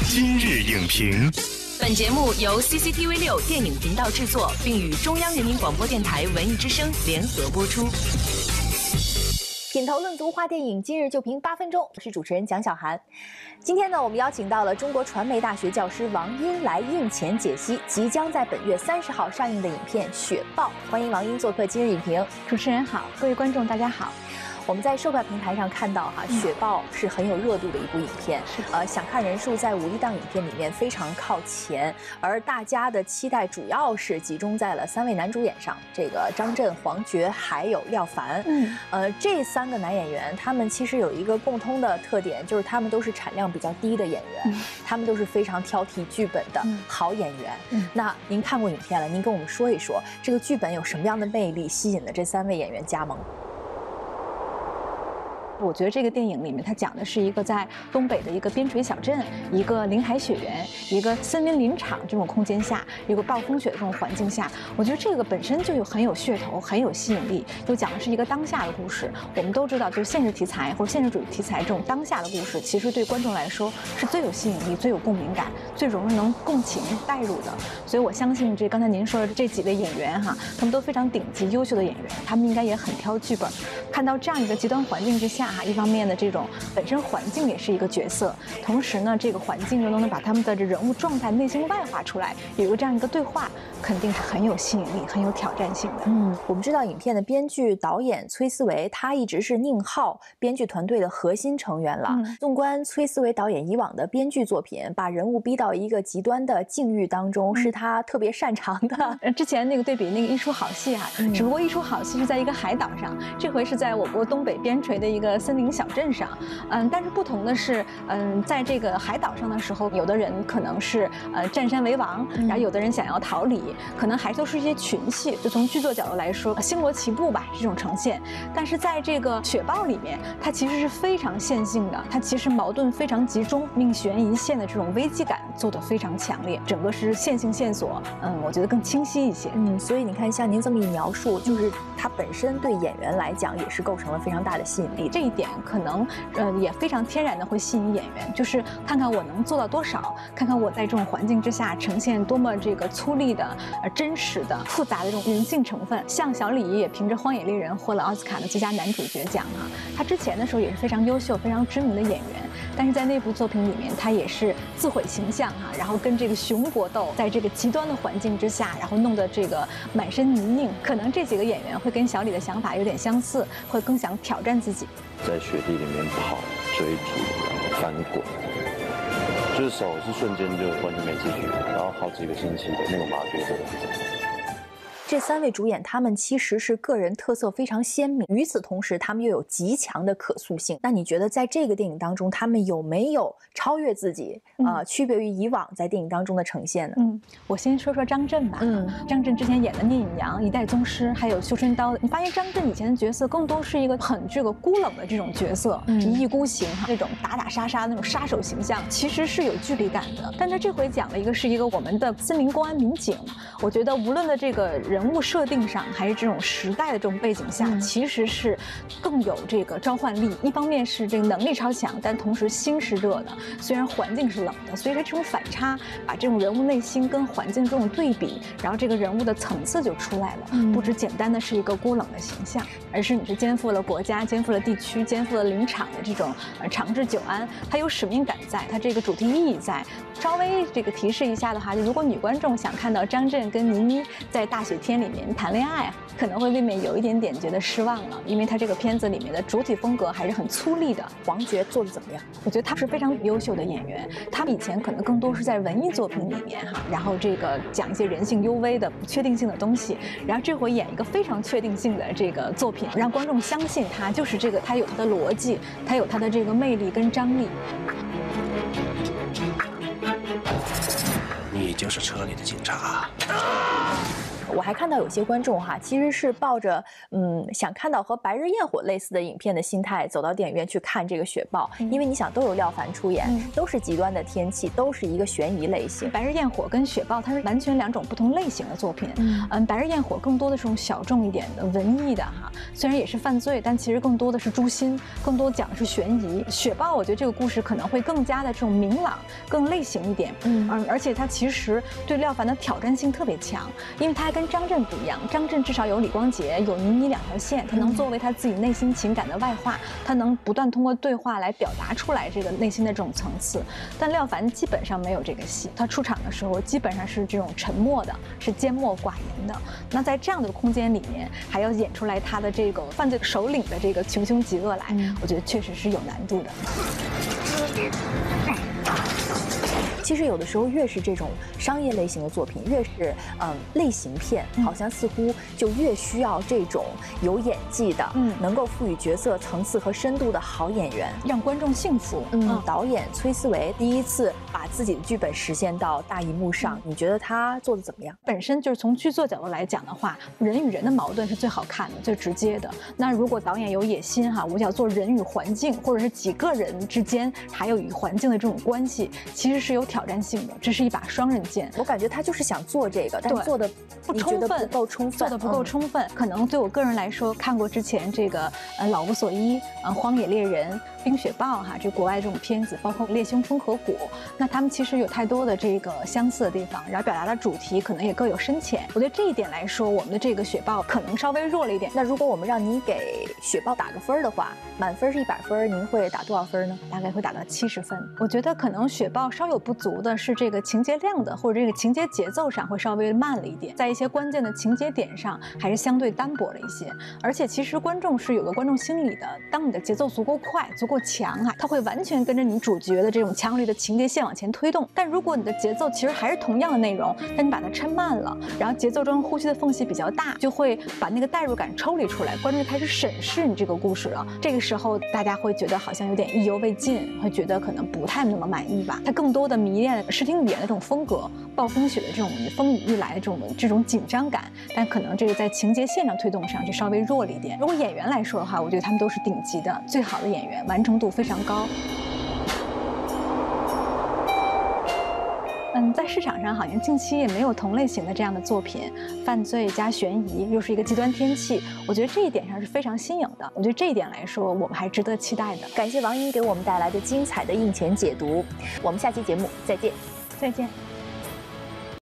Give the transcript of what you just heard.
今日影评， 本节目由 CCTV6电影频道制作，并与中央人民广播电台文艺之声联合播出。 品头论足话电影，今日就评8分钟。我是主持人蒋小涵。今天呢，我们邀请到了中国传媒大学教师王茵来映前解析即将在本月30号上映的影片《雪豹》。欢迎王茵做客今日影评。 主持人好，各位观众大家好。 我们在售票平台上看到《雪豹》是很有热度的一部影片，想看人数在51档影片里面非常靠前，而大家的期待主要是集中在了3位男主演上，这个张震、黄觉还有廖凡。这3个男演员，他们其实有一个共通的特点，就是他们都是产量比较低的演员，他们都是非常挑剔剧本的好演员。那您看过影片了，您跟我们说一说这个剧本有什么样的魅力，吸引了这3位演员加盟？ 我觉得这个电影里面，它讲的是一个在东北的一个边陲小镇，一个林海雪原，一个森林林场这种空间下，一个暴风雪的这种环境下，我觉得这个本身就很有噱头，很有吸引力。就讲的是一个当下的故事。我们都知道，就是现实题材或者现实主义题材这种当下的故事，其实对观众来说是最有吸引力、最有共鸣感、最容易能共情代入的。所以我相信，刚才您说的这几位演员他们都非常顶级、优秀的演员，他们应该也很挑剧本。看到这样一个极端环境之下，一方面的这种本身环境也是一个角色，同时呢，这个环境又能把他们的人物状态内心外化出来，有一个这样一个对话，肯定是很有吸引力、很有挑战性的。 我们知道影片的编剧导演崔思维，他一直是宁浩编剧团队的核心成员了。纵观崔思维导演以往的编剧作品，把人物逼到一个极端的境遇当中，是他特别擅长的。 之前那个对比那个一出好戏只不过一出好戏是在一个海岛上，这回是在我国东北边陲的一个森林小镇上。但是不同的是，在这个海岛上的时候，有的人可能是占山为王，然后有的人想要逃离，可能还都是一些群戏，就从剧作角度来说，星罗棋布吧这种呈现。但是在这个雪豹里面，它其实是非常线性的，它其实矛盾非常集中，命悬一线的这种危机感做得非常强烈，整个是线性线索，我觉得更清晰一些。 所以你看，像您这么一描述，就是它本身对演员来讲也是构成了非常大的吸引力。 这一点可能也非常天然的会吸引演员，就是看看我能做到多少，看看我在这种环境之下呈现多么这个粗粝的、真实的、复杂的这种人性成分。像小李也凭着《荒野猎人》获了奥斯卡的最佳男主角奖他之前的时候也是非常优秀、非常知名的演员，但是在那部作品里面，他也是自毁形象然后跟这个熊搏斗，在这个极端的环境之下，然后弄得这个满身泥泞。可能这几个演员会跟小李的想法有点相似，会更想挑战自己。 在雪地里面跑、追逐，然后翻滚，就是手是瞬间就完全没知觉，然后好几个星期的那种麻痹症。 这3位主演，他们其实是个人特色非常鲜明，与此同时，他们又有极强的可塑性。那你觉得在这个电影当中，他们有没有超越自己？区别于以往在电影当中的呈现呢？ 我先说说张震吧。张震之前演的聂隐娘、一代宗师，还有绣春刀，你发现张震以前的角色更多是一个很这个孤冷的这种角色，一意孤行这种打打杀杀那种杀手形象，其实是有距离感的。但他这回讲了是一个我们的森林公安民警，我觉得无论的这个人物设定上，还是这种时代的这种背景下，其实是更有这个召唤力。一方面是这个能力超强，但同时心是热的，虽然环境是冷的，所以说这种反差，把这种人物内心跟环境这种对比，然后这个人物的层次就出来了。不只简单的是一个孤冷的形象，而是你是肩负了国家、肩负了地区、肩负了林场的这种长治久安，它有使命感在，它这个主题意义在。稍微这个提示一下的话，就如果女观众想看到张震跟倪妮在大雪天里面谈恋爱，可能会未免有一点点觉得失望了，因为他这个片子里面的主体风格还是很粗粝的。 黄觉做的怎么样？ 我觉得他是非常优秀的演员，他以前可能更多是在文艺作品里面然后这个讲一些人性幽微的不确定性的东西，然后这回演一个非常确定性的这个作品，让观众相信他就是这个，他有他的逻辑，他有他的这个魅力跟张力。 你就是车里的警察。 我还看到有些观众哈，其实是抱着想看到和《白日焰火》类似的影片的心态走到电影院去看这个《雪豹》，因为你想都有廖凡出演，都是极端的天气，都是一个悬疑类型。 《白日焰火》跟《雪豹》它是完全2种不同类型的作品。《白日焰火》更多的是这种小众一点的文艺的哈，虽然也是犯罪，但其实更多的是诛心，更多讲的是悬疑。《雪豹》我觉得这个故事可能会更加的这种明朗，更类型一点。而且它其实对廖凡的挑战性特别强，因为他还跟张震不一样，张震至少有李光洁，有倪妮2条线，他能作为他自己内心情感的外化，他能不断通过对话来表达出来这个内心的这种层次。但廖凡基本上没有这个戏，他出场的时候基本上是这种沉默的，是缄默寡言的。那在这样的空间里面，还要演出来他的这个犯罪首领的这个穷凶极恶来，我觉得确实是有难度的。 其实有的时候越是这种商业类型的作品，越是类型片，好像似乎就越需要这种有演技的，能够赋予角色层次和深度的好演员， 让观众信服。 导演崔思维第一次把自己的剧本实现到大荧幕上，你觉得他做的怎么样？ 本身就是从剧作角度来讲的话，人与人的矛盾是最好看的、最直接的。那如果导演有野心哈，我想做人与环境，或者是几个人之间还有与环境的这种关系，其实是有挑战性的，这是一把双刃剑。 我感觉他就是想做这个，但做的不充分， 不够充分， 做的不够充分。可能对我个人来说，看过之前这个老无所依、荒野猎人、冰雪豹哈，这国外这种片子，包括猎凶风河谷，那他们其实有太多的这个相似的地方，然后表达的主题可能也各有深浅。我觉得这一点来说，我们的这个雪豹可能稍微弱了一点。 那如果我们让你给雪豹打个分的话，满分是100分，您会打多少分呢？ 大概会打到70分。我觉得可能雪豹稍有不足的是这个情节量的，或者这个情节节奏上会稍微慢了一点，在一些关键的情节点上还是相对单薄了一些。而且其实观众是有个观众心理的，当你的节奏足够快、足够强啊，他会完全跟着你主角的这种强力的情节线往前推动。但如果你的节奏其实还是同样的内容，但你把它抻慢了，然后节奏中呼吸的缝隙比较大，就会把那个代入感抽离出来，观众开始审视你这个故事了。这个时候大家会觉得好像有点意犹未尽，会觉得可能不太那么满意吧。它更多的迷恋视听语言的这种风格，暴风雪的这种风雨欲来的这种紧张感，但可能这个在情节线上推动上就稍微弱了一点。如果演员来说的话，我觉得他们都是顶级的、最好的演员，完成度非常高。在市场上好像近期也没有同类型的这样的作品，犯罪加悬疑，又是一个极端天气，我觉得这一点上是非常新颖的。我觉得这一点来说，我们还值得期待的。 感谢王英给我们带来的精彩的映前解读，我们下期节目再见。 再见。